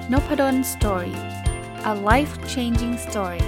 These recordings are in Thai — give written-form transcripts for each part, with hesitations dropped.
Nopadon Story. A life-changing story.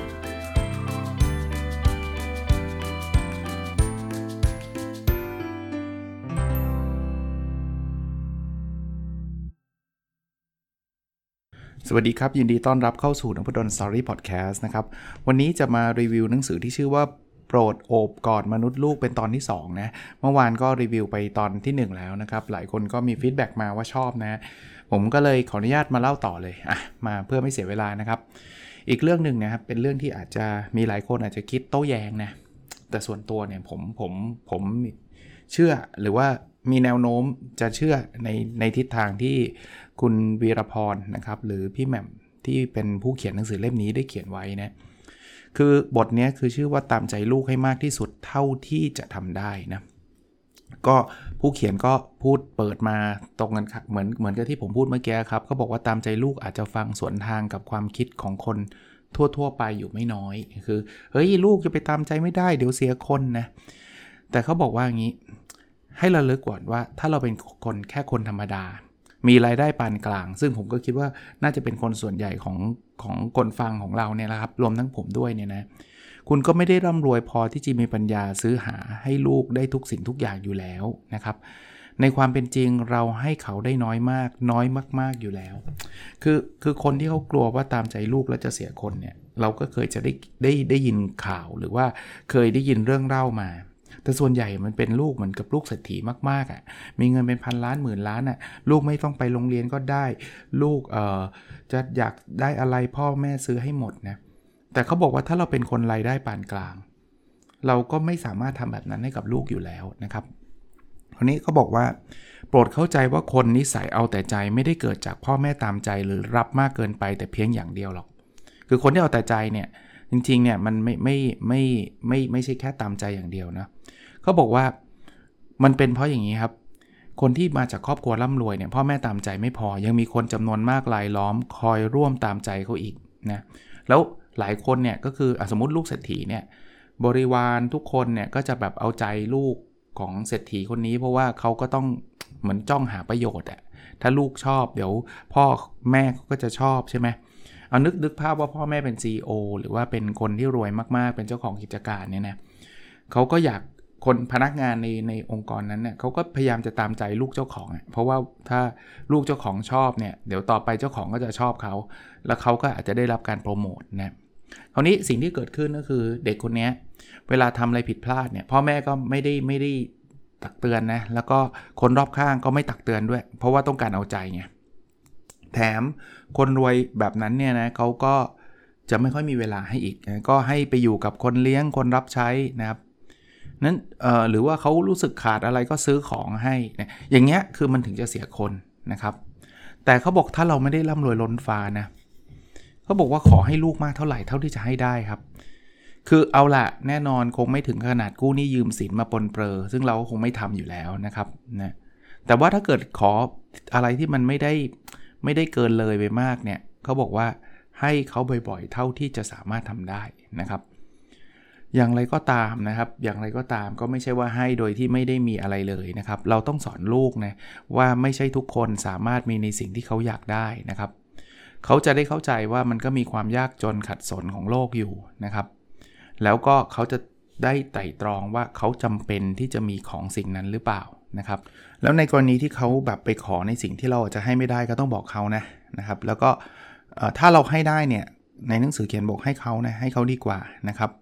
สวัสดีครับยินดีต้อนรับเข้าสู่ Nopadon Story Podcast นะครับวันนี้จะมารีวิวหนังสือที่ชื่อว่าโปรดโอบกอดมนุษย์ลูกเป็นตอนที่2นะเมื่อวานก็รีวิวไปตอนที่1แล้วนะครับหลายคนก็มีฟีดแบ็กมาว่าชอบนะผมก็เลยขออนุญาตมาเล่าต่อเลยมาเพื่อไม่เสียเวลานะครับอีกเรื่องนึงนะครับเป็นเรื่องที่อาจจะมีหลายคนอาจจะคิดโต้แย้งนะแต่ส่วนตัวเนี่ยผมเชื่อหรือว่ามีแนวโน้มจะเชื่อในทิศทางที่คุณวีรพรนะครับหรือพี่แหม่มที่เป็นผู้เขียนหนังสือเล่มนี้ได้เขียนไว้นะคือบทนี้คือชื่อว่าตามใจลูกให้มากที่สุดเท่าที่จะทำได้นะก็ผู้เขียนก็พูดเปิดมาตรงกันเหมือนกับที่ผมพูดเมื่อกี้ครับเขาบอกว่าตามใจลูกอาจจะฟังสวนทางกับความคิดของคนทั่วไปอยู่ไม่น้อยคือเฮ้ยลูกจะไปตามใจไม่ได้เดี๋ยวเสียคนนะแต่เขาบอกว่าอย่างนี้ให้ระลึกก่อนว่าถ้าเราเป็นคนแค่คนธรรมดามีรายได้ปานกลางซึ่งผมก็คิดว่าน่าจะเป็นคนส่วนใหญ่ของคนฟังของเราเนี่ยแหละครับรวมทั้งผมด้วยเนี่ยนะคุณก็ไม่ได้ร่ำรวยพอที่จะมีปัญญาซื้อหาให้ลูกได้ทุกสิ่งทุกอย่างอยู่แล้วนะครับในความเป็นจริงเราให้เขาได้น้อยมากน้อยมากๆอยู่แล้วคือคนที่เขากลัวว่าตามใจลูกแล้วจะเสียคนเนี่ยเราก็เคยจะได้ยินข่าวหรือว่าเคยได้ยินเรื่องเล่ามาแต่ส่วนใหญ่มันเป็นลูกเหมือนกับลูกเศรษฐีมากๆมีเงินเป็นพันล้านหมื่นล้านลูกไม่ต้องไปโรงเรียนก็ได้ลูกจะอยากได้อะไรพ่อแม่ซื้อให้หมดนะแต่เขาบอกว่าถ้าเราเป็นคนรายได้ปานกลางเราก็ไม่สามารถทำแบบนั้นให้กับลูกอยู่แล้วนะครับคราวนี้เขาบอกว่าโปรดเข้าใจว่าคนนิสัยเอาแต่ใจไม่ได้เกิดจากพ่อแม่ตามใจหรือรับมากเกินไปแต่เพียงอย่างเดียวหรอกคือคนที่เอาแต่ใจเนี่ยจริงๆเนี่ยมันไม่ใช่แค่ตามใจอย่างเดียวนะเขาบอกว่ามันเป็นเพราะอย่างนี้ครับคนที่มาจากครอบครัวร่ำรวยเนี่ยพ่อแม่ตามใจไม่พอยังมีคนจำนวนมากรายล้อมคอยร่วมตามใจเขาอีกนะแล้วหลายคนเนี่ยก็คือสมมติลูกเศรษฐีเนี่ยบริวารทุกคนเนี่ยก็จะแบบเอาใจลูกของเศรษฐีคนนี้เพราะว่าเขาก็ต้องเหมือนจ้องหาประโยชน์ถ้าลูกชอบเดี๋ยวพ่อแม่ก็จะชอบใช่ไหมเอานึกภาพว่าพ่อแม่เป็น CEO หรือว่าเป็นคนที่รวยมากๆเป็นเจ้าของกิจการเนี่ยนะเขาก็อยากคนพนักงานในองค์กรนั้นเนี่ยเขาก็พยายามจะตามใจลูกเจ้าของเพราะว่าถ้าลูกเจ้าของชอบเนี่ยเดี๋ยวต่อไปเจ้าของก็จะชอบเขาแล้วเขาก็อาจจะได้รับการโปรโมทนะคราวนี้สิ่งที่เกิดขึ้นก็คือเด็กคนนี้เวลาทำอะไรผิดพลาดเนี่ยพ่อแม่ก็ไม่ได้ตักเตือนนะแล้วก็คนรอบข้างก็ไม่ตักเตือนด้วยเพราะว่าต้องการเอาใจไงแถมคนรวยแบบนั้นเนี่ยนะเขาก็จะไม่ค่อยมีเวลาให้อีกก็ให้ไปอยู่กับคนเลี้ยงคนรับใช้นะครับนั้นหรือว่าเขารู้สึกขาดอะไรก็ซื้อของให้อย่างเงี้ยคือมันถึงจะเสียคนนะครับแต่เขาบอกถ้าเราไม่ได้ร่ำรวยล้นฟ้านะเขาบอกว่าขอให้ลูกมากเท่าไหร่เท่าที่จะให้ได้ครับคือเอาละแน่นอนคงไม่ถึงขนาดกู้หนี้ยืมสินมาปนเปื้อซึ่งเราก็คงไม่ทำอยู่แล้วนะครับนะแต่ว่าถ้าเกิดขออะไรที่มันไม่ได้เกินเลยไปมากเนี่ยเขาบอกว่าให้เขาบ่อยๆเท่าที่จะสามารถทำได้นะครับอย่างไรก็ตามนะครับอย่างไรก็ตามก็ไม่ใช่ว่าให้โดยที่ไม่ได้มีอะไรเลยนะครับเราต้องสอนลูกนะว่าไม่ใช่ทุกคนสามารถมีในสิ่งที่เขาอยากได้นะครับเขาจะได้เข้าใจว่ามันก็มีความยากจนขัดสนของโลกอยู่นะครับแล้วก็เขาจะได้ไตร่ตรองว่าเขาจำเป็นที่จะมีของสิ่งนั้นหรือเปล่านะครับแล้วในกรณีที่เขาแบบไปขอในสิ่งที่เราจะให้ไม่ได้ก็ต้องบอกเขานะครับแล้วก็ถ้าเราให้ได้เนี่ยในหนังสือเขียนบอกให้เขาให้เขาดีกว่านะครับ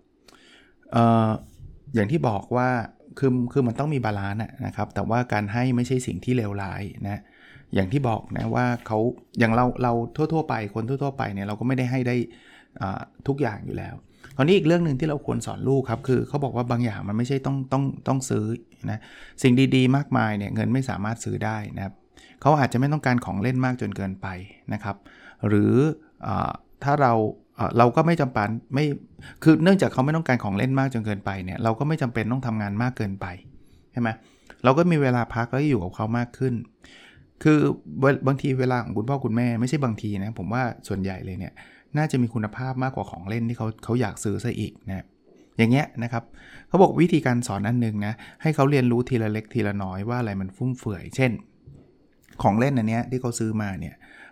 อย่างที่บอกว่าคือมันต้องมีบาลานซ์นะครับแต่ว่าการให้ไม่ใช่สิ่งที่เลวร้ายนะอย่างที่บอกนะว่าเขาอย่างเราทั่วไปคนทั่วไปเนี่ยเราก็ไม่ได้ให้ได้ทุกอย่างอยู่แล้วคราวนี้อีกเรื่องนึงที่เราควรสอนลูกครับคือเขาบอกว่าบางอย่างมันไม่ใช่ต้องซื้อนะสิ่งดีๆมากมายเนี่ยเงินไม่สามารถซื้อได้นะครับเขาอาจจะไม่ต้องการของเล่นมากจนเกินไปนะครับหรือถ้าเราก็ไม่จำเป็นไม่คือเนื่องจากเขาไม่ต้องการของเล่นมากจนเกินไปเนี่ยเราก็ไม่จำเป็นต้องทำงานมากเกินไปใช่ไหมเราก็มีเวลาพักแล้วอยู่กับเขามากขึ้นคือบางทีเวลาของคุณพ่อคุณแม่ไม่ใช่บางทีนะผมว่าส่วนใหญ่เลยเนี่ยน่าจะมีคุณภาพมากกว่าของเล่นที่เขาอยากซื้อซะอีกนะอย่างเงี้ยนะครับเขาบอกวิธีการสอนอันนึงนะให้เขาเรียนรู้ทีละเล็กทีละน้อยว่าอะไรมันฟุ่มเฟือยเช่นของเล่นอันเนี้ยที่เขาซื้อมาเนี่ย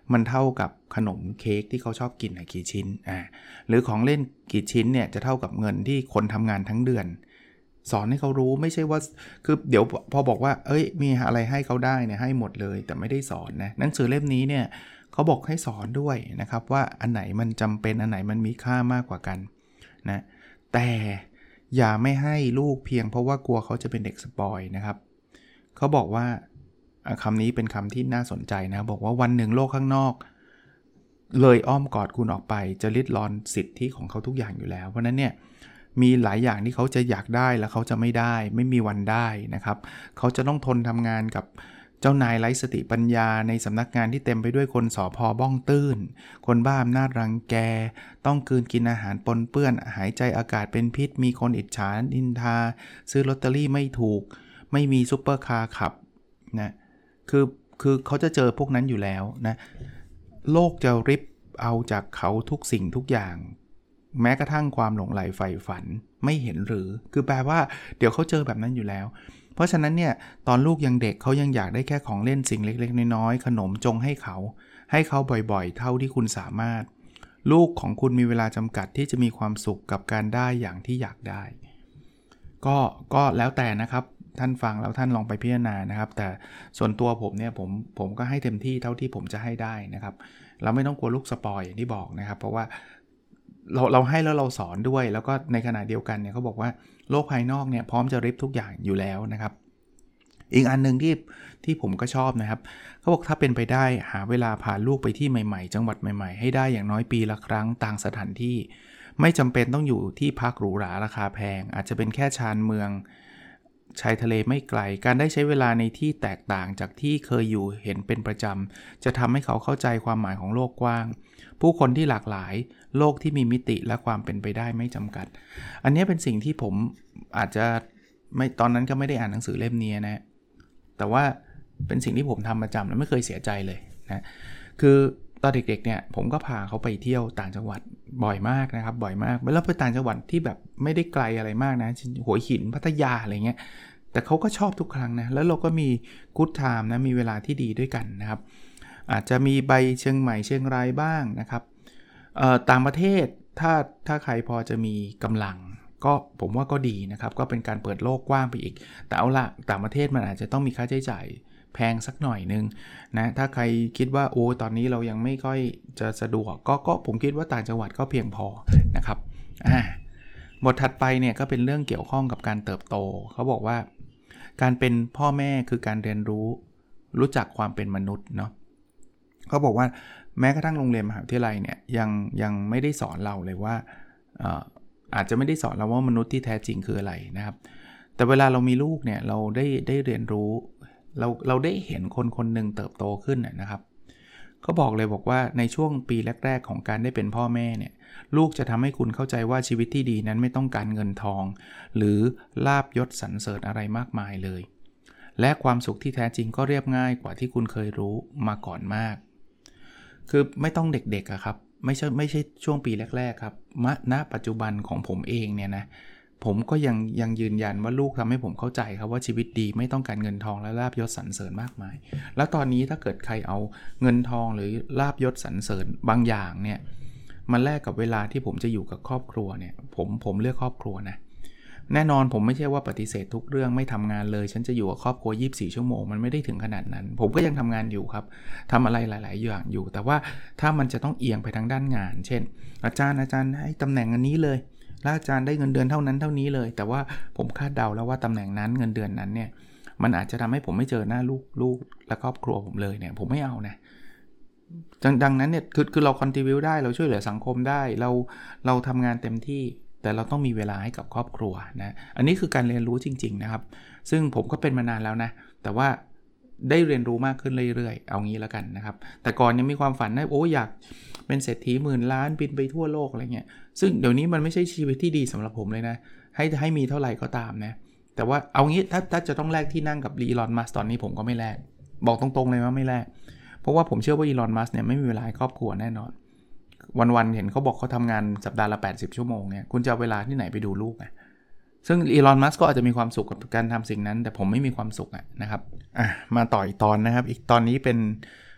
มันเท่ากับขนมเค้กที่เขาชอบกินกี่ชิ้นหรือของเล่นกี่ชิ้นเนี่ยจะเท่ากับเงินที่คนทำงานทั้งเดือนสอนให้เขารู้ไม่ใช่ว่าคือเดี๋ยวพอบอกว่ามีอะไรให้เขาได้เนี่ยให้หมดเลยแต่ไม่ได้สอนนะหนังสือเล่มนี้เนี่ยเขาบอกให้สอนด้วยนะครับว่าอันไหนมันจำเป็นอันไหนมันมีค่ามากกว่ากันนะแต่อย่าไม่ให้ลูกเพียงเพราะว่ากลัวเขาจะเป็นเด็กสปอยนะครับเขาบอกว่าคำนี้เป็นคำที่น่าสนใจนะบอกว่าวันหนึ่งโลกข้างนอกเลยอ้อมกอดคุณออกไปจะริดรอนสิทธิของเขาทุกอย่างอยู่แล้วเพราะนั้นเนี่ยมีหลายอย่างที่เขาจะอยากได้แล้วเขาจะไม่ได้ไม่มีวันได้นะครับเขาจะต้องทนทำงานกับเจ้านายไร้สติปัญญาในสำนักงานที่เต็มไปด้วยคนสพบ้องตื้นคนบ้าอำนาจรังแกต้องกลืนกินอาหารปนเปื้อนหายใจอากาศเป็นพิษมีคนอิจฉานินทาซื้อลอตเตอรี่ไม่ถูกไม่มีซุปเปอร์คาร์ขับนะคือเขาจะเจอพวกนั้นอยู่แล้วนะโลกจะริบเอาจากเขาทุกสิ่งทุกอย่างแม้กระทั่งความหลงใหลใฝ่ฝันไม่เห็นหรือคือแปลว่าเดี๋ยวเขาเจอแบบนั้นอยู่แล้วเพราะฉะนั้นเนี่ยตอนลูกยังเด็กเขายังอยากได้แค่ของเล่นสิ่งเล็กๆน้อยๆขนมจงให้เขาบ่อยๆเท่าที่คุณสามารถลูกของคุณมีเวลาจำกัดที่จะมีความสุขกับการได้อย่างที่อยากได้ก็แล้วแต่นะครับท่านฟังแล้วท่านลองไปพิจารณานะครับแต่ส่วนตัวผมเนี่ยผมก็ให้เต็มที่เท่าที่ผมจะให้ได้นะครับเราไม่ต้องกลัวลูกสปอยอย่างที่บอกนะครับเพราะว่าเราให้แล้วเราสอนด้วยแล้วก็ในขณะเดียวกันเนี่ยเขาบอกว่าโลกภายนอกเนี่ยพร้อมจะริบทุกอย่างอยู่แล้วนะครับอีกอันนึงที่ผมก็ชอบนะครับเขาบอกถ้าเป็นไปได้หาเวลาพาลูกไปที่ใหม่ๆจังหวัดใหม่ๆให้ได้อย่างน้อยปีละครั้งต่างสถานที่ไม่จำเป็นต้องอยู่ที่พักหรูหราราคาแพงอาจจะเป็นแค่ชานเมืองชายทะเลไม่ไกลการได้ใช้เวลาในที่แตกต่างจากที่เคยอยู่เห็นเป็นประจำจะทำให้เขาเข้าใจความหมายของโลกกว้างผู้คนที่หลากหลายโลกที่มีมิติและความเป็นไปได้ไม่จำกัดอันนี้เป็นสิ่งที่ผมอาจจะไม่ตอนนั้นก็ไม่ได้อ่านหนังสือเล่มนี้นะแต่ว่าเป็นสิ่งที่ผมทำประจำและไม่เคยเสียใจเลยนะคือตอนเด็กๆเนี่ยผมก็พาเขาไปเที่ยวต่างจังหวัดบ่อยมากนะครับบ่อยมากแล้วไปต่างจังหวัดที่แบบไม่ได้ไกลอะไรมากนะหัวหินพัทยาอะไรเงี้ยแต่เขาก็ชอบทุกครั้งนะแล้วเราก็มีกู๊ดไทม์นะมีเวลาที่ดีด้วยกันนะครับอาจจะมีไปเชียงใหม่เชียงรายบ้างนะครับต่างประเทศถ้าใครพอจะมีกำลังก็ผมว่าก็ดีนะครับก็เป็นการเปิดโลกกว้างไปอีกแต่เอาละต่างประเทศมันอาจจะต้องมีค่าใช้จ่ายแพงสักหน่อยนึงนะถ้าใครคิดว่าโอ้ตอนนี้เรายังไม่ค่อยจะสะดวกก็ผมคิดว่าต่างจังหวัดก็เพียงพอนะครับบทถัดไปเนี่ยก็เป็นเรื่องเกี่ยวข้องกับการเติบโตเขาบอกว่าการเป็นพ่อแม่คือการเรียนรู้จักความเป็นมนุษย์เนาะเขาบอกว่าแม้กระทั่งโรงเรียนมหาวิทยาลัยเนี่ยยังไม่ได้สอนเราเลยว่าอาจจะไม่ได้สอนเราว่ามนุษย์ที่แท้จริงคืออะไรนะครับแต่เวลาเรามีลูกเนี่ยเราได้เรียนรู้เราได้เห็นคนหนึ่งเติบโตขึ้นนะครับเขาบอกเลยบอกว่าในช่วงปีแรกๆของการได้เป็นพ่อแม่เนี่ยลูกจะทำให้คุณเข้าใจว่าชีวิตที่ดีนั้นไม่ต้องการเงินทองหรือลาภยศสรรเสริญอะไรมากมายเลยและความสุขที่แท้จริงก็เรียบง่ายกว่าที่คุณเคยรู้มาก่อนมากคือไม่ต้องเด็กๆอะครับไม่ใช่ช่วงปีแรกๆครับณปัจจุบันของผมเองเนี่ยนะผมก็ยังยืนยันว่าลูกทำให้ผมเข้าใจครับว่าชีวิตดีไม่ต้องการเงินทองและลาภยศสรรเสริญมากมายแล้วตอนนี้ถ้าเกิดใครเอาเงินทองหรือลาภยศสรรเสริญบางอย่างเนี่ยมาแลกกับเวลาที่ผมจะอยู่กับครอบครัวเนี่ยผมเลือกครอบครัวนะแน่นอนผมไม่ใช่ว่าปฏิเสธทุกเรื่องไม่ทำงานเลยฉันจะอยู่กับครอบครัว24ชั่วโมงมันไม่ได้ถึงขนาดนั้นผมก็ยังทำงานอยู่ครับทำอะไรหลายๆอย่างอยู่แต่ว่าถ้ามันจะต้องเอียงไปทางด้านงานเช่นอาจารย์ให้ตำแหน่งอันนี้เลยแล้วอาจารย์ได้เงินเดือนเท่านั้นเท่านี้เลยแต่ว่าผมคาดเดาแล้วว่าตำแหน่งนั้นเงินเดือนนั้นเนี่ยมันอาจจะทำให้ผมไม่เจอหน้าลูกและครอบครัวผมเลยเนี่ยผมไม่เอานะดังนั้นเนี่ยคือเราคอนทริบิวได้เราช่วยเหลือสังคมได้เราทำงานเต็มที่แต่เราต้องมีเวลาให้กับครอบครัวนะอันนี้คือการเรียนรู้จริงๆนะครับซึ่งผมก็เป็นมานานแล้วนะแต่ว่าได้เรียนรู้มากขึ้นเรื่อยๆเอางี้แล้วกันนะครับแต่ก่อนยังมีความฝันนะอยากเป็นเศรษฐีหมื่นล้านบินไปทั่วโลกอะไรเงี้ยซึ่งเดี๋ยวนี้มันไม่ใช่ชีวิตที่ดีสำหรับผมเลยนะให้มีเท่าไหร่ก็ตามนะแต่ว่าเอางี้ถ้าจะต้องแลกที่นั่งกับอีลอนมัสก์ตอนนี้ผมก็ไม่แลกบอกตรงๆเลยว่าไม่แลกเพราะว่าผมเชื่อว่าอีลอนมัสก์เนี่ยไม่มีเวลาให้ครอบครัวแน่นอนวันๆเห็นเขาบอกเขาทำงานสัปดาห์ละ80ชั่วโมงเนี่ยคุณจะเอาเวลาที่ไหนไปดูลูกอ่ะซึ่งอีลอนมัสก์ก็อาจจะมีความสุขกับการทำสิ่งนั้นแต่ผมไม่มีความสุขนะครับมาต่ออีกตอนนะครับอีกตอนนี้เป็น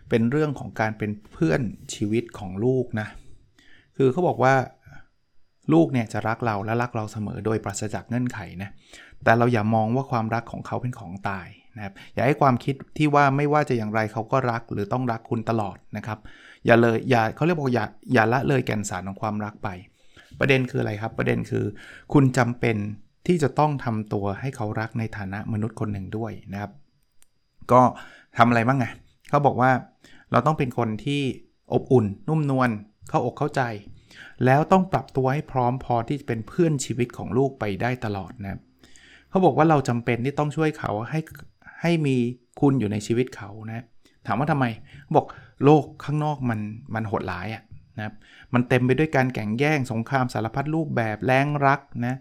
เป็นเรื่องของการเป็นเพื่อนชีวิตของลูกนะคือเขาบอกว่าลูกเนี่ยจะรักเราและรักเราเสมอโดยปราศจากเงื่อนไขนะแต่เราอย่ามองว่าความรักของเขาเป็นของตายนะครับอย่าให้ความคิดที่ว่าไม่ว่าจะอย่างไรเขาก็รักหรือต้องรักคุณตลอดนะครับอย่าเขาเรียกว่าอย่าละเลยแก่นสารของความรักไปประเด็นคืออะไรครับประเด็นคือคุณจำเป็นที่จะต้องทำตัวให้เขารักในฐานะมนุษย์คนหนึ่งด้วยนะครับก็ทำอะไรบ้างไงเขาบอกว่าเราต้องเป็นคนที่อบอุ่นนุ่มนวลเข้าอกเข้าใจแล้วต้องปรับตัวให้พร้อมพอที่จะเป็นเพื่อนชีวิตของลูกไปได้ตลอดนะเขาบอกว่าเราจำเป็นที่ต้องช่วยเขาให้มีคุณอยู่ในชีวิตเขานะถามว่าทำไมบอกโลกข้างนอกมันโหดร้ายอ่ะนะครับมันเต็มไปด้วยการแข่งแย่งสงครามสารพัดรูปแบบแล้งรักนะ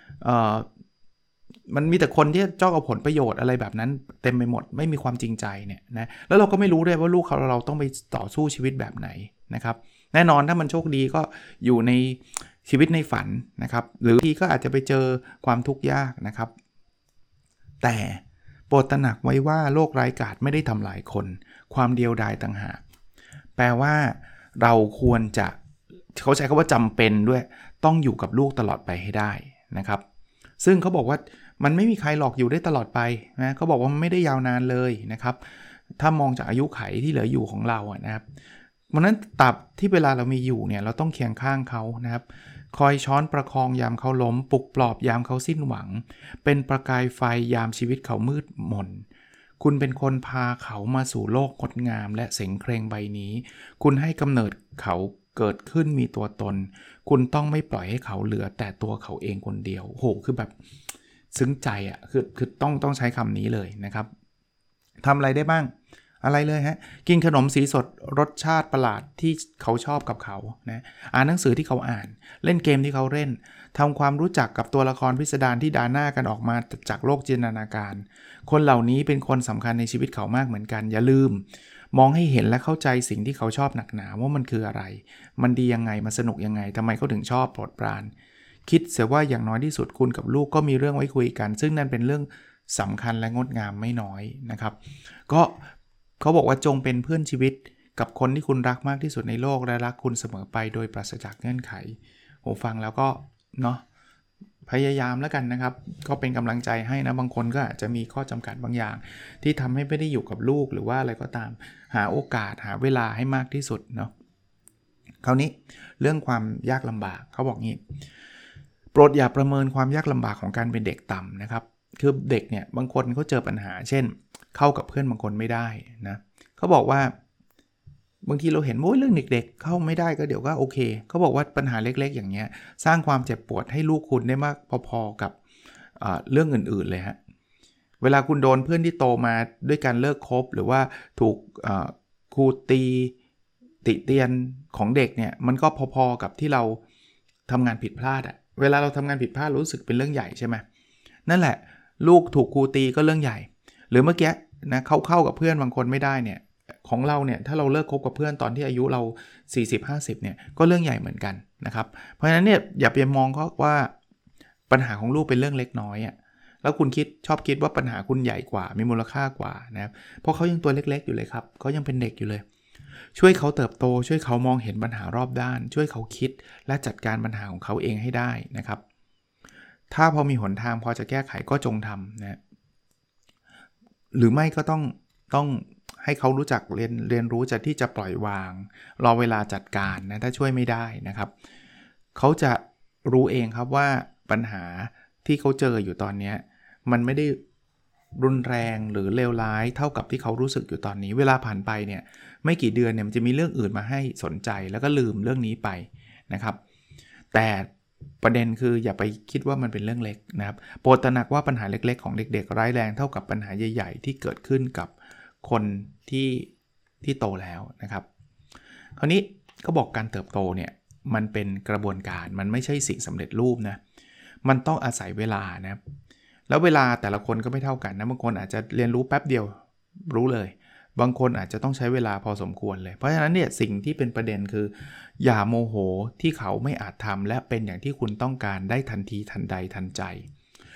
มันมีแต่คนที่จ้องเอาผลประโยชน์อะไรแบบนั้นเต็มไปหมดไม่มีความจริงใจเนี่ยนะแล้วเราก็ไม่รู้ด้วยว่าลูกเราต้องไปต่อสู้ชีวิตแบบไหนนะครับแน่นอนถ้ามันโชคดีก็อยู่ในชีวิตในฝันนะครับหรือทีก็อาจจะไปเจอความทุกข์ยากนะครับแต่โปรดตระหนักไว้ว่าโรคร้ายกาจไม่ได้ทำลายคนความเดียวดายต่างหากแปลว่าเราควรจะเขาใช้คำว่าจำเป็นด้วยต้องอยู่กับลูกตลอดไปให้ได้นะครับซึ่งเขาบอกว่ามันไม่มีใครหลอกอยู่ได้ตลอดไปนะเขาบอกว่ามันไม่ได้ยาวนานเลยนะครับถ้ามองจากอายุไขที่เหลืออยู่ของเราอะนะครับเพราะนั้นตับที่เวลาเรามีอยู่เนี่ยเราต้องเคียงข้างเขานะครับคอยช้อนประคองยามเขาล้มปลุกปลอบยามเขาสิ้นหวังเป็นประกายไฟยามชีวิตเขามืดมนคุณเป็นคนพาเขามาสู่โลกงดงามและเสงเครงใบนี้คุณให้กำเนิดเขาเกิดขึ้นมีตัวตนคุณต้องไม่ปล่อยให้เขาเหลือแต่ตัวเขาเองคนเดียวโหคือแบบซึ้งใจอ่ะคือต้องใช้คำนี้เลยนะครับทำอะไรได้บ้างอะไรเลยฮะกินขนมสีสดรสชาติประหลาดที่เขาชอบกับเขานะอ่านหนังสือที่เขาอ่านเล่นเกมที่เขาเล่นทำความรู้จักกับตัวละครพิสดารที่ด่าหน้ากันออกมาจากโลกจินตนาการคนเหล่านี้เป็นคนสำคัญในชีวิตเขามากเหมือนกันอย่าลืมมองให้เห็นและเข้าใจสิ่งที่เขาชอบหนักหนาว่ามันคืออะไรมันดียังไงมันสนุกยังไงทำไมเขาถึงชอบโปรดปรานคิดเสียว่าอย่างน้อยที่สุดคุณกับลูกก็มีเรื่องไว้คุยกันซึ่งนั่นเป็นเรื่องสำคัญและงดงามไม่น้อยนะครับก็เขาบอกว่าจงเป็นเพื่อนชีวิตกับคนที่คุณรักมากที่สุดในโลกและรักคุณเสมอไปโดยปราศจากเงื่อนไขโหฟังแล้วก็เนาะพยายามแล้วกันนะครับก็เป็นกำลังใจให้นะบางคนก็อาจจะมีข้อจำกัดบางอย่างที่ทำให้ไม่ได้อยู่กับลูกหรือว่าอะไรก็ตามหาโอกาสหาเวลาให้มากที่สุดเนาะคราวนี้เรื่องความยากลำบากเขาบอกงี้โปรดอย่าประเมินความยากลำบากของการเป็นเด็กต่ำนะครับคือเด็กเนี่ยบางคนเขาเจอปัญหาเช่นเข้ากับเพื่อนบางคนไม่ได้นะเขาบอกว่าบางทีเราเห็นเรื่องเด็กๆเข้าไม่ได้ก็เดี๋ยวก็โอเคเขาบอกว่าปัญหาเล็กๆอย่างเงี้ยสร้างความเจ็บปวดให้ลูกคุณได้มากพอๆกับเรื่องอื่นๆเลยฮะเวลาคุณโดนเพื่อนที่โตมาด้วยการเลิกคบหรือว่าถูกครูตีติเตียนของเด็กเนี่ยมันก็พอๆกับที่เราทำงานผิดพลาดอะเวลาเราทำงานผิดพลาดรู้สึกเป็นเรื่องใหญ่ใช่ไหมนั่นแหละลูกถูกครูตีก็เรื่องใหญ่หรือเมื่อกี้นะเข้ากับเพื่อนบางคนไม่ได้เนี่ยของเราเนี่ยถ้าเราเลิกคบกับเพื่อนตอนที่อายุเรา 40-50 เนี่ยก็เรื่องใหญ่เหมือนกันนะครับเพราะฉะนั้นเนี่ยอย่าไปมองเขาว่าปัญหาของลูกเป็นเรื่องเล็กน้อยอ่ะแล้วคุณชอบคิดว่าปัญหาคุณใหญ่กว่ามีมูลค่ากว่านะครับเพราะเขายังตัวเล็กๆอยู่เลยครับเขายังเป็นเด็กอยู่เลยช่วยเขาเติบโตช่วยเขามองเห็นปัญหารอบด้านช่วยเขาคิดและจัดการปัญหาของเขาเองให้ได้นะครับถ้าพอมีหนทางพอจะแก้ไขก็จงทำนะหรือไม่ก็ต้องให้เขารู้จักเรียนรู้จะที่จะปล่อยวางรอเวลาจัดการนะถ้าช่วยไม่ได้นะครับเขาจะรู้เองครับว่าปัญหาที่เขาเจออยู่ตอนนี้มันไม่ได้รุนแรงหรือเลวร้ายเท่ากับที่เขารู้สึกอยู่ตอนนี้เวลาผ่านไปเนี่ยไม่กี่เดือนเนี่ยมันจะมีเรื่องอื่นมาให้สนใจแล้วก็ลืมเรื่องนี้ไปนะครับแต่ประเด็นคืออย่าไปคิดว่ามันเป็นเรื่องเล็กนะครับโปรดตระหนักว่าปัญหาเล็กๆของเด็กๆร้ายแรงเท่ากับปัญหาใหญ่ๆที่เกิดขึ้นกับคนที่โตแล้วนะครับคราวนี้ก็บอกการเติบโตเนี่ยมันเป็นกระบวนการมันไม่ใช่สิ่งสำเร็จรูปนะมันต้องอาศัยเวลานะแล้วเวลาแต่ละคนก็ไม่เท่ากันนะบางคนอาจจะเรียนรู้แป๊บเดียวรู้เลยบางคนอาจจะต้องใช้เวลาพอสมควรเลยเพราะฉะนั้นเนี่ยสิ่งที่เป็นประเด็นคืออย่าโมโหที่เขาไม่อาจทำและเป็นอย่างที่คุณต้องการได้ทันทีทันใดทันใจ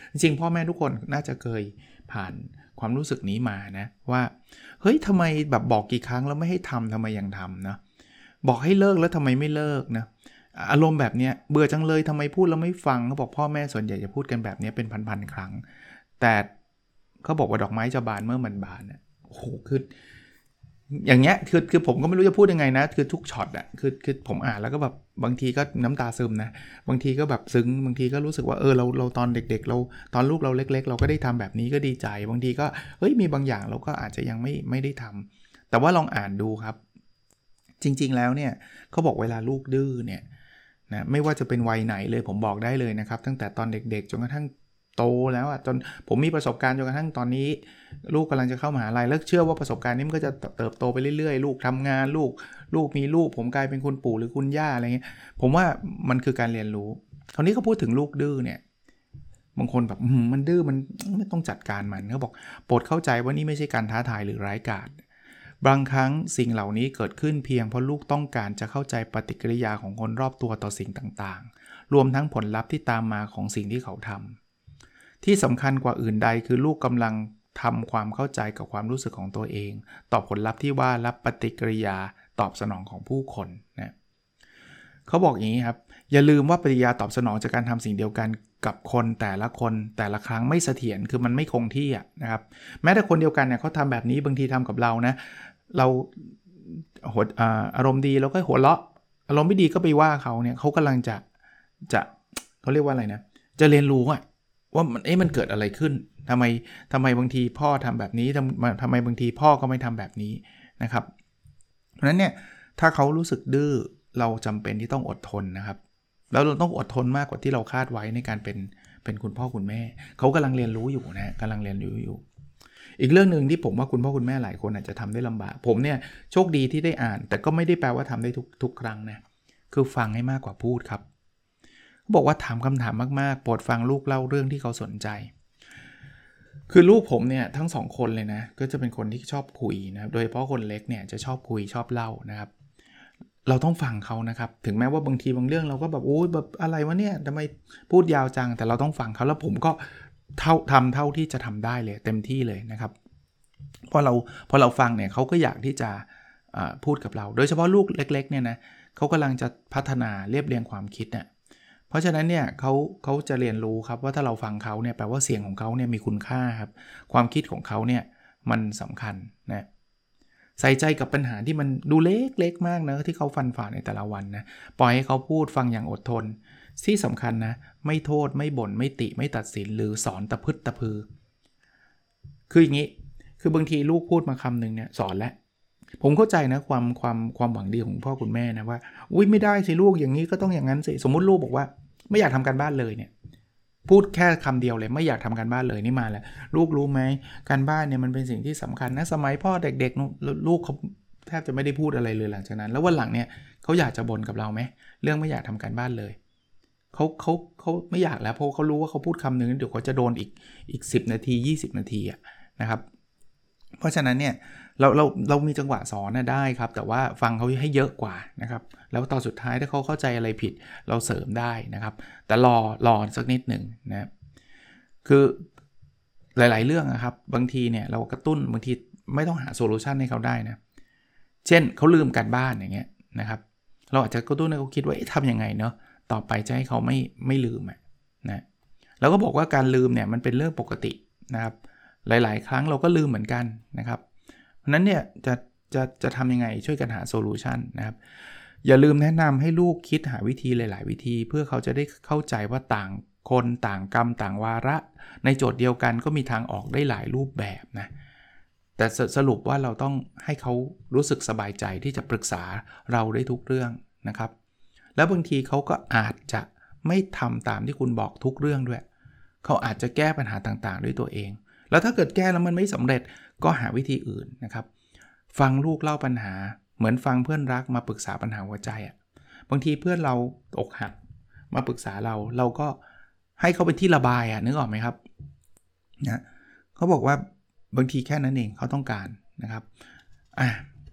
จริงๆพ่อแม่ทุกคนน่าจะเคยผ่านความรู้สึกนี้มานะว่าเฮ้ยทำไมแบบบอกกี่ครั้งแล้วไม่ให้ทำทำไมยังทำนะบอกให้เลิกแล้วทำไมไม่เลิกนะอารมณ์แบบนี้เบื่อจังเลยทำไมพูดแล้วไม่ฟังเขาบอกพ่อแม่ส่วนใหญ่จะพูดกันแบบนี้เป็นพันๆครั้งแต่เขาบอกว่าดอกไม้จะบานเมื่อมันบานเนี่ยโอ้โหคืออย่างเงี้ยคือผมก็ไม่รู้จะพูดยังไงนะคือทุกช็อตอ่ะคือผมอ่านแล้วก็แบบบางทีก็น้ำตาซึมนะบางทีก็แบบซึ้งบางทีก็รู้สึกว่าเราตอนเด็กๆเราตอนลูกเราเล็กๆเราก็ได้ทำแบบนี้ก็ดีใจบางทีก็เฮ้ยมีบางอย่างเราก็อาจจะยังไม่ได้ทำแต่ว่าลองอ่านดูครับจริงๆแล้วเนี่ยเขาบอกเวลาลูกดื้อเนี่ยนะไม่ว่าจะเป็นวัยไหนเลยผมบอกได้เลยนะครับตั้งแต่ตอนเด็กๆจนกระทั่งโตแล้วอ่ะจนผมมีประสบการณ์จนกระทั่งตอนนี้ลูกกำลังจะเข้ามหาลัยแล้วเชื่อว่าประสบการณ์นี้มันก็จะเติบโตไปเรื่อยๆลูกทำงานลูกมีลูกผมกลายเป็นคุณปู่หรือคุณย่าอะไรเงี้ยผมว่ามันคือการเรียนรู้คราวนี้เขาพูดถึงลูกดื้อเนี่ยบางคนแบบมันดื้อมันไม่ต้องจัดการมันเขาบอกโปรดเข้าใจว่านี่ไม่ใช่การท้าทายหรือร้ายกาจบางครั้งสิ่งเหล่านี้เกิดขึ้นเพียงเพราะลูกต้องการจะเข้าใจปฏิกิริยาของคนรอบตัวต่อสิ่งต่างๆรวมทั้งผลลัพธ์ที่ตามมาของสิ่งที่เขาทำที่สำคัญกว่าอื่นใดคือลูกกำลังทำความเข้าใจกับความรู้สึกของตัวเองต่อผลลัพธ์ที่ว่ารับปฏิกิริยาตอบสนองของผู้คนนะเขาบอกอย่างนี้ครับอย่าลืมว่าปฏิกิริยาตอบสนองจากการทำสิ่งเดียวกันกับคนแต่ละครั้งไม่เสถียรคือมันไม่คงที่นะครับแม้แต่คนเดียวกันเนี่ยเขาทำแบบนี้บางทีทำกับเรานะเราอารมณ์ดีแล้วก็หัวเราะอารมณ์ไม่ดีก็ไปว่าเขาเนี่ยเขากำลังจะเขาเรียกว่าอะไรนะจะเรียนรู้ว่ามันเกิดอะไรขึ้นทำไมบางทีพ่อทำแบบนี้ทำไมบางทีพ่อก็ไม่ทำแบบนี้นะครับเพราะฉะนั้นเนี่ยถ้าเขารู้สึกดื้อเราจำเป็นที่ต้องอดทนนะครับแล้วเราต้องอดทนมากกว่าที่เราคาดไว้ในการเป็นคุณพ่อคุณแม่เขากำลังเรียนรู้อยู่นะกำลังเรียนรู้อยู่อีกเรื่องนึงที่ผมว่าคุณพ่อคุณแม่หลายคนอาจจะทำได้ลำบากผมเนี่ยโชคดีที่ได้อ่านแต่ก็ไม่ได้แปลว่าทำได้ทุกครั้งนะคือฟังให้มากกว่าพูดครับบอกว่าถามคำถามมากๆโปรดฟังลูกเล่าเรื่องที่เขาสนใจคือลูกผมเนี่ยทั้ง2คนเลยนะก็จะเป็นคนที่ชอบคุยนะครับโดยเฉพาะคนเล็กเนี่ยจะชอบคุยชอบเล่านะครับเราต้องฟังเขานะครับถึงแม้ว่าบางทีบางเรื่องเราก็แบบโอ้ยแบบอะไรวะเนี่ยทำไมพูดยาวจังแต่เราต้องฟังเขาแล้วผมก็ทำเท่าที่จะทำได้เลยเต็มที่เลยนะครับพอเราฟังเนี่ยเขาก็อยากที่จะพูดกับเราโดยเฉพาะลูกเล็กๆเนี่ยนะเขากำลังจะพัฒนาเรียบเรียงความคิดเนี่ยเพราะฉะนั้นเนี่ยเขาจะเรียนรู้ครับว่าถ้าเราฟังเขาเนี่ยแปลว่าเสียงของเขาเนี่ยมีคุณค่าครับความคิดของเขาเนี่ยมันสำคัญนะใส่ใจกับปัญหาที่มันดูเล็กๆมากนะที่เขาฟันฝ่าในแต่ละวันนะปล่อยให้เขาพูดฟังอย่างอดทนที่สำคัญนะไม่โทษไม่บ่นไม่ติไม่ตัดสินหรือสอนตะพึดตะพือคืออย่างนี้คือบางทีลูกพูดมาคำหนึ่งเนี่ยสอนแล้วผมเข้าใจนะความหวังดีของพ่อคุณแม่นะว่าอุ้ยไม่ได้สิลูกอย่างนี้ก็ต้องอย่างนั้นสิสมมุติลูกบอกว่าไม่อยากทำการบ้านเลยเนี่ยพูดแค่คำเดียวเลยไม่อยากทำการบ้านเลยนี่มาแล้วลูกรู้ไหมการบ้านเนี่ยมันเป็นสิ่งที่สำคัญนะสมัยพ่อเด็กๆลูกเขาแทบจะไม่ได้พูดอะไรเลยหลังจากนั้นแล้ววันหลังเนี่ยเขาอยากจะบ่นกับเราไหมเรื่องไม่อยากทำการบ้านเลยเขาไม่อยากแล้วเพราะเขารู้ว่าเขาพูดคำนึงเดี๋ยวเขาจะโดนอีก10นาที20นาทีนะครับเพราะฉะนั้นเนี่ยเรามีจังหวะสอนนะได้ครับแต่ว่าฟังเขาให้เยอะกว่านะครับแล้วตอนสุดท้ายถ้าเขาเข้าใจอะไรผิดเราเสริมได้นะครับแต่รอสักนิดหนึ่งนะคือหลายๆเรื่องนะครับบางทีเนี่ยเรากระตุ้นบางทีไม่ต้องหาโซลูชันให้เขาได้นะเช่นเขาลืมการบ้านอย่างเงี้ยนะครับเราอาจจะกระตุ้นให้เขาคิดว่าทำยังไงเนาะต่อไปจะให้เขาไม่ลืมนะแล้วก็บอกว่าการลืมเนี่ยมันเป็นเรื่องปกตินะครับหลายๆครั้งเราก็ลืมเหมือนกันนะครับเพราะนั้นเนี่ยจะทำยังไงช่วยกันหาโซลูชันนะครับอย่าลืมแนะนำให้ลูกคิดหาวิธีหลายๆวิธีเพื่อเขาจะได้เข้าใจว่าต่างคนต่างกรรมต่างวาระในโจทย์เดียวกันก็มีทางออกได้หลายรูปแบบนะแต่สรุปว่าเราต้องให้เขารู้สึกสบายใจที่จะปรึกษาเราได้ทุกเรื่องนะครับแล้วบางทีเขาก็อาจจะไม่ทำตามที่คุณบอกทุกเรื่องด้วยเขาอาจจะแก้ปัญหาต่างๆด้วยตัวเองแล้วถ้าเกิดแก้แล้วมันไม่สำเร็จก็หาวิธีอื่นนะครับฟังลูกเล่าปัญหาเหมือนฟังเพื่อนรักมาปรึกษาปัญหาหัวใจบางทีเพื่อนเราอกหักมาปรึกษาเราก็ให้เขาเป็นที่ระบายนึกออกไหมครับนะเขาบอกว่าบางทีแค่นั้นเองเขาต้องการนะครับ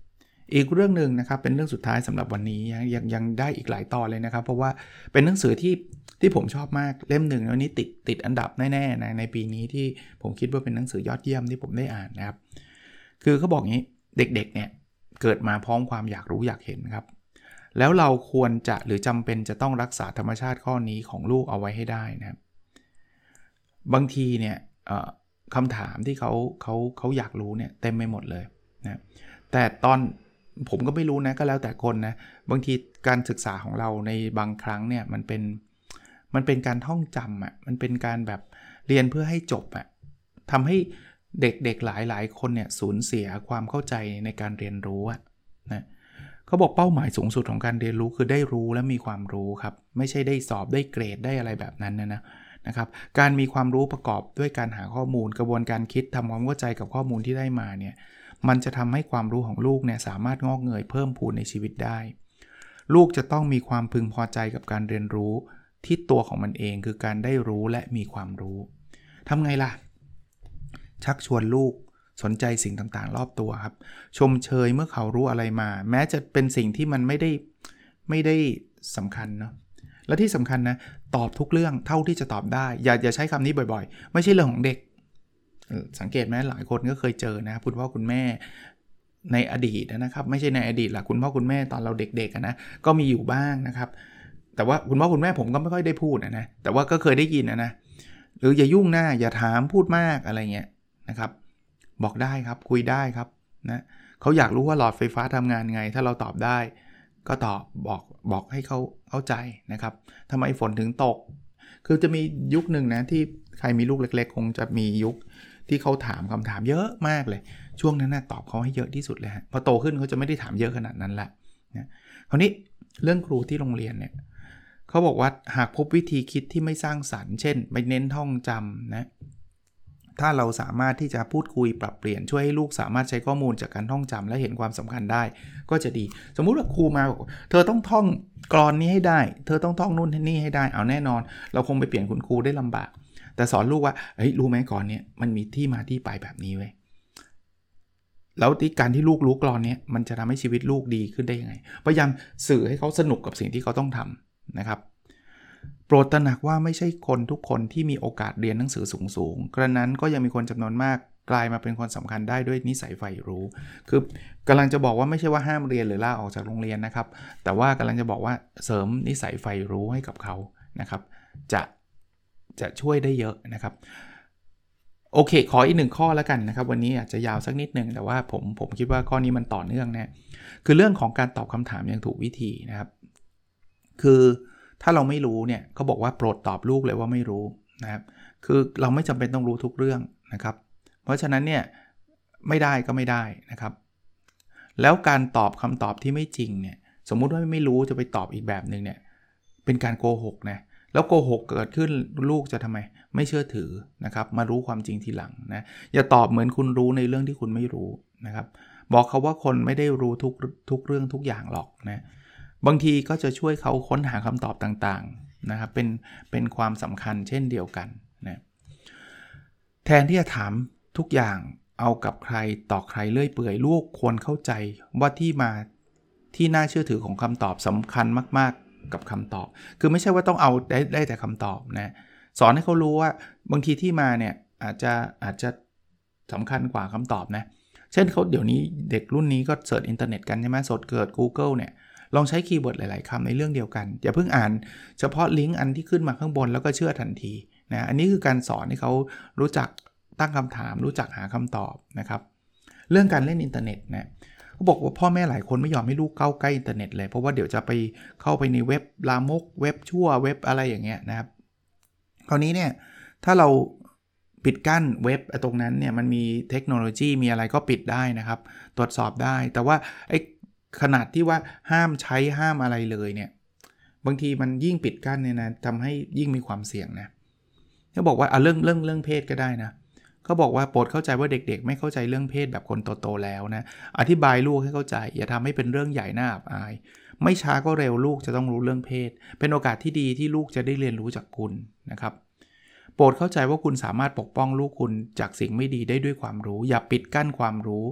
อีกเรื่องนึงนะครับเป็นเรื่องสุดท้ายสำหรับวันนี้ยังได้อีกหลายตอนเลยนะครับเพราะว่าเป็นหนังสือที่ผมชอบมากเล่มหนึ่งแล้วนี้ติดอันดับแน่ๆในปีนี้ที่ผมคิดว่าเป็นหนังสือยอดเยี่ยมที่ผมได้อ่านนะครับคือเขาบอกงี้เด็กๆเนี่ยเกิดมาพร้อมความอยากรู้อยากเห็นครับแล้วเราควรจะหรือจำเป็นจะต้องรักษาธรรมชาติข้อนี้ของลูกเอาไว้ให้ได้นะครับบางทีเนี่ยคำถามที่เขาอยากรู้เนี่ยเต็มไปหมดเลยนะแต่ตอนผมก็ไม่รู้นะก็แล้วแต่คนนะบางทีการศึกษาของเราในบางครั้งเนี่ยมันเป็นการท่องจำอ่ะมันเป็นการแบบเรียนเพื่อให้จบอ่ะทำให้เด็กๆหลายคนเนี่ยสูญเสียความเข้าใจในการเรียนรู้อ่ะนะเขาบอกเป้าหมายสูงสุดของการเรียนรู้คือได้รู้และมีความรู้ครับไม่ใช่ได้สอบได้เกรดได้อะไรแบบนั้นนะครับการมีความรู้ประกอบด้วยการหาข้อมูลกระบวนการคิดทำความเข้าใจกับข้อมูลที่ได้มาเนี่ยมันจะทำให้ความรู้ของลูกเนี่ยสามารถงอกเงยเพิ่มพูนในชีวิตได้ลูกจะต้องมีความพึงพอใจกับการเรียนรู้ที่ตัวของมันเองคือการได้รู้และมีความรู้ทำไงล่ะชักชวนลูกสนใจสิ่งต่างๆรอบตัวครับชมเชยเมื่อเขารู้อะไรมาแม้จะเป็นสิ่งที่มันไม่ได้สำคัญเนาะและที่สำคัญนะตอบทุกเรื่องเท่าที่จะตอบได้อย่าใช้คำนี้บ่อยๆไม่ใช่เรื่องของเด็กสังเกตไหมหลายคนก็เคยเจอนะคุณพ่อคุณแม่ในอดีตนะครับไม่ใช่ในอดีตหรอกคุณพ่อคุณแม่ตอนเราเด็กๆนะก็มีอยู่บ้างนะครับแต่ว่าคุณพ่อคุณแม่ผมก็ไม่ค่อยได้พูดนะแต่ว่าก็เคยได้ยินนะหรืออย่ายุ่งหน้าอย่าถามพูดมากอะไรเงี้ยนะครับบอกได้ครับคุยได้ครับนะเขาอยากรู้ว่าหลอดไฟฟ้าทำงานไงถ้าเราตอบได้ก็ตอบบอกให้เขาเข้าใจนะครับทำไมฝนถึงตกคือจะมียุคหนึ่งนะที่ใครมีลูกเล็กๆคงจะมียุคที่เขาถามคำถามเยอะมากเลยช่วงนั้นนะตอบเขาให้เยอะที่สุดเลยฮะพอโตขึ้นเขาจะไม่ได้ถามเยอะขนาดนั้นละนะคราวนี้เรื่องครูที่โรงเรียนเนี่ยเขาบอกว่าหากพบวิธีคิดที่ไม่สร้างสรรค์เช่นไปเน้นท่องจำนะถ้าเราสามารถที่จะพูดคุยปรับเปลี่ยนช่วยให้ลูกสามารถใช้ข้อมูลจากการท่องจำและเห็นความสำคัญได้ก็จะดีสมมุติว่าครูมาเธอต้องท่องกลอนนี้ให้ได้เธอต้องท่องนู่นนี่ให้ได้เอาแน่นอนเราคงไปเปลี่ยนคุณครูได้ลำบากแต่สอนลูกว่าเฮ้ยรู้ไหมก่อนเนี้ยมันมีที่มาที่ไปแบบนี้เว้ยแล้วการที่ลูกรู้กลอนนี้มันจะทำให้ชีวิตลูกดีขึ้นได้ยังไงพยายามสื่อให้เขาสนุกกับสิ่งที่เขาต้องทำนะครับโปรดตระหนักว่าไม่ใช่คนทุกคนที่มีโอกาสเรียนหนังสือสูงกระนั้นก็ยังมีคนจำนวนมากกลายมาเป็นคนสำคัญได้ด้วยนิสัยใฝ่รู้คือกำลังจะบอกว่าไม่ใช่ว่าห้ามเรียนหรือลาออกจากโรงเรียนนะครับแต่ว่ากำลังจะบอกว่าเสริมนิสัยใฝ่รู้ให้กับเขานะครับจะช่วยได้เยอะนะครับโอเคขออีก1ข้อแล้วกันนะครับวันนี้อาจจะยาวสักนิดนึงแต่ว่าผมคิดว่าข้อนี้มันต่อเนื่องนะคือเรื่องของการตอบคำถามอย่างถูกวิธีนะครับคือถ้าเราไม่รู้เนี่ยเขาบอกว่าโปรดตอบลูกเลยว่าไม่รู้นะครับคือเราไม่จำเป็นต้องรู้ทุกเรื่องนะครับเพราะฉะนั้นเนี่ยไม่ได้ก็ไม่ได้นะครับแล้วการตอบคำตอบที่ไม่จริงเนี่ยสมมุติว่าไม่รู้จะไปตอบอีกแบบนึงเนี่ยเป็นการโกหกนะแล้วโกหกเกิดขึ้นลูกจะทำไมไม่เชื่อถือนะครับมารู้ความจริงทีหลังนะอย่าตอบเหมือนคุณรู้ในเรื่องที่คุณไม่รู้นะครับบอกเขาว่าคนไม่ได้รู้ทุกเรื่องทุกอย่างหรอกนะบางทีก็จะช่วยเขาค้นหาคำตอบต่างๆนะครับเป็นความสำคัญเช่นเดียวกันนะแทนที่จะถามทุกอย่างเอากับใครต่อใครเลื่อยเปื่อยลูกควรเข้าใจว่าที่มาที่น่าเชื่อถือของคำตอบสำคัญมากๆกับคำตอบคือไม่ใช่ว่าต้องเอาได้แต่คำตอบนะสอนให้เขารู้ว่าบางทีที่มาเนี่ยอาจจะสำคัญกว่าคำตอบนะเช่นเขาเดี๋ยวนี้เด็กรุ่นนี้ก็เสิร์ชอินเทอร์เน็ตกันใช่ไหมสดเกิด Google เนี่ยลองใช้คีย์เวิร์ดหลายๆคำในเรื่องเดียวกันอย่าเพิ่งอ่านเฉพาะลิงก์อันที่ขึ้นมาข้างบนแล้วก็เชื่อทันทีนะอันนี้คือการสอนให้เขารู้จักตั้งคำถามรู้จักหาคำตอบนะครับเรื่องการเล่นอินเทอร์เน็ตนะเขาบอกว่าพ่อแม่หลายคนไม่ยอมให้ลูกเข้าใกล้อินเทอร์เน็ตเลยเพราะว่าเดี๋ยวจะไปเข้าไปในเว็บลามกเว็บชั่วเว็บอะไรอย่างเงี้ยนะครับคราวนี้เนี่ยถ้าเราปิดกั้นเว็บตรงนั้นเนี่ยมันมีเทคโนโลยีมีอะไรก็ปิดได้นะครับตรวจสอบได้แต่ว่าไอ้ขนาดที่ว่าห้ามใช้ห้ามอะไรเลยเนี่ยบางทีมันยิ่งปิดกั้นเนี่ยนะทำให้ยิ่งมีความเสี่ยงนะเขาบอกว่าเรื่องเพศก็ได้นะเขาบอกว่าโปรดเข้าใจว่าเด็กๆไม่เข้าใจเรื่องเพศแบบคนโตๆแล้วนะอธิบายลูกให้เข้าใจอย่าทำให้เป็นเรื่องใหญ่น่าอับอายไม่ช้าก็เร็วลูกจะต้องรู้เรื่องเพศเป็นโอกาสที่ดีที่ลูกจะได้เรียนรู้จากคุณนะครับโปรดเข้าใจว่าคุณสามารถปกป้องลูกคุณจากสิ่งไม่ดีได้ด้วยความรู้อย่าปิดกั้นความรู้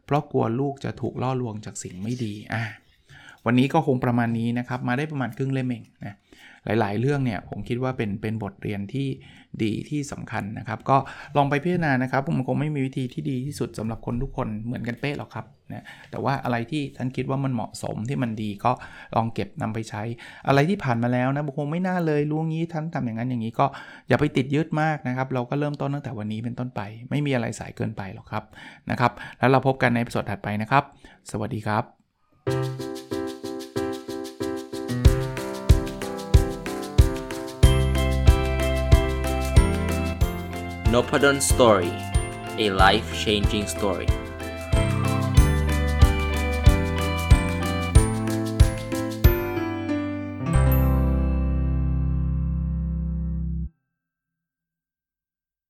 เพราะกลัวลูกจะถูกล่อลวงจากสิ่งไม่ดีวันนี้ก็คงประมาณนี้นะครับมาได้ประมาณครึ่งเล่มเองนะหลายๆเรื่องเนี่ยผมคิดว่าเป็นบทเรียนที่ดีที่สำคัญนะครับก็ลองไปพิจารณานะครับมันคงไม่มีวิธีที่ดีที่สุดสำหรับคนทุกคนเหมือนกันเป๊ะหรอกครับนะแต่ว่าอะไรที่ท่านคิดว่ามันเหมาะสมที่มันดีก็ลองเก็บนำไปใช้อะไรที่ผ่านมาแล้วนะคงไม่น่าเลยรู้งี้ท่านทำอย่างนั้นอย่างนี้ก็อย่าไปติดยึดมากนะครับเราก็เริ่มต้นตั้งแต่วันนี้เป็นต้นไปไม่มีอะไรสายเกินไปหรอกครับนะครับแล้วเราพบกันในตอนถัดไปนะครับสวัสดีครับ Nopadon Story, a life-changing story.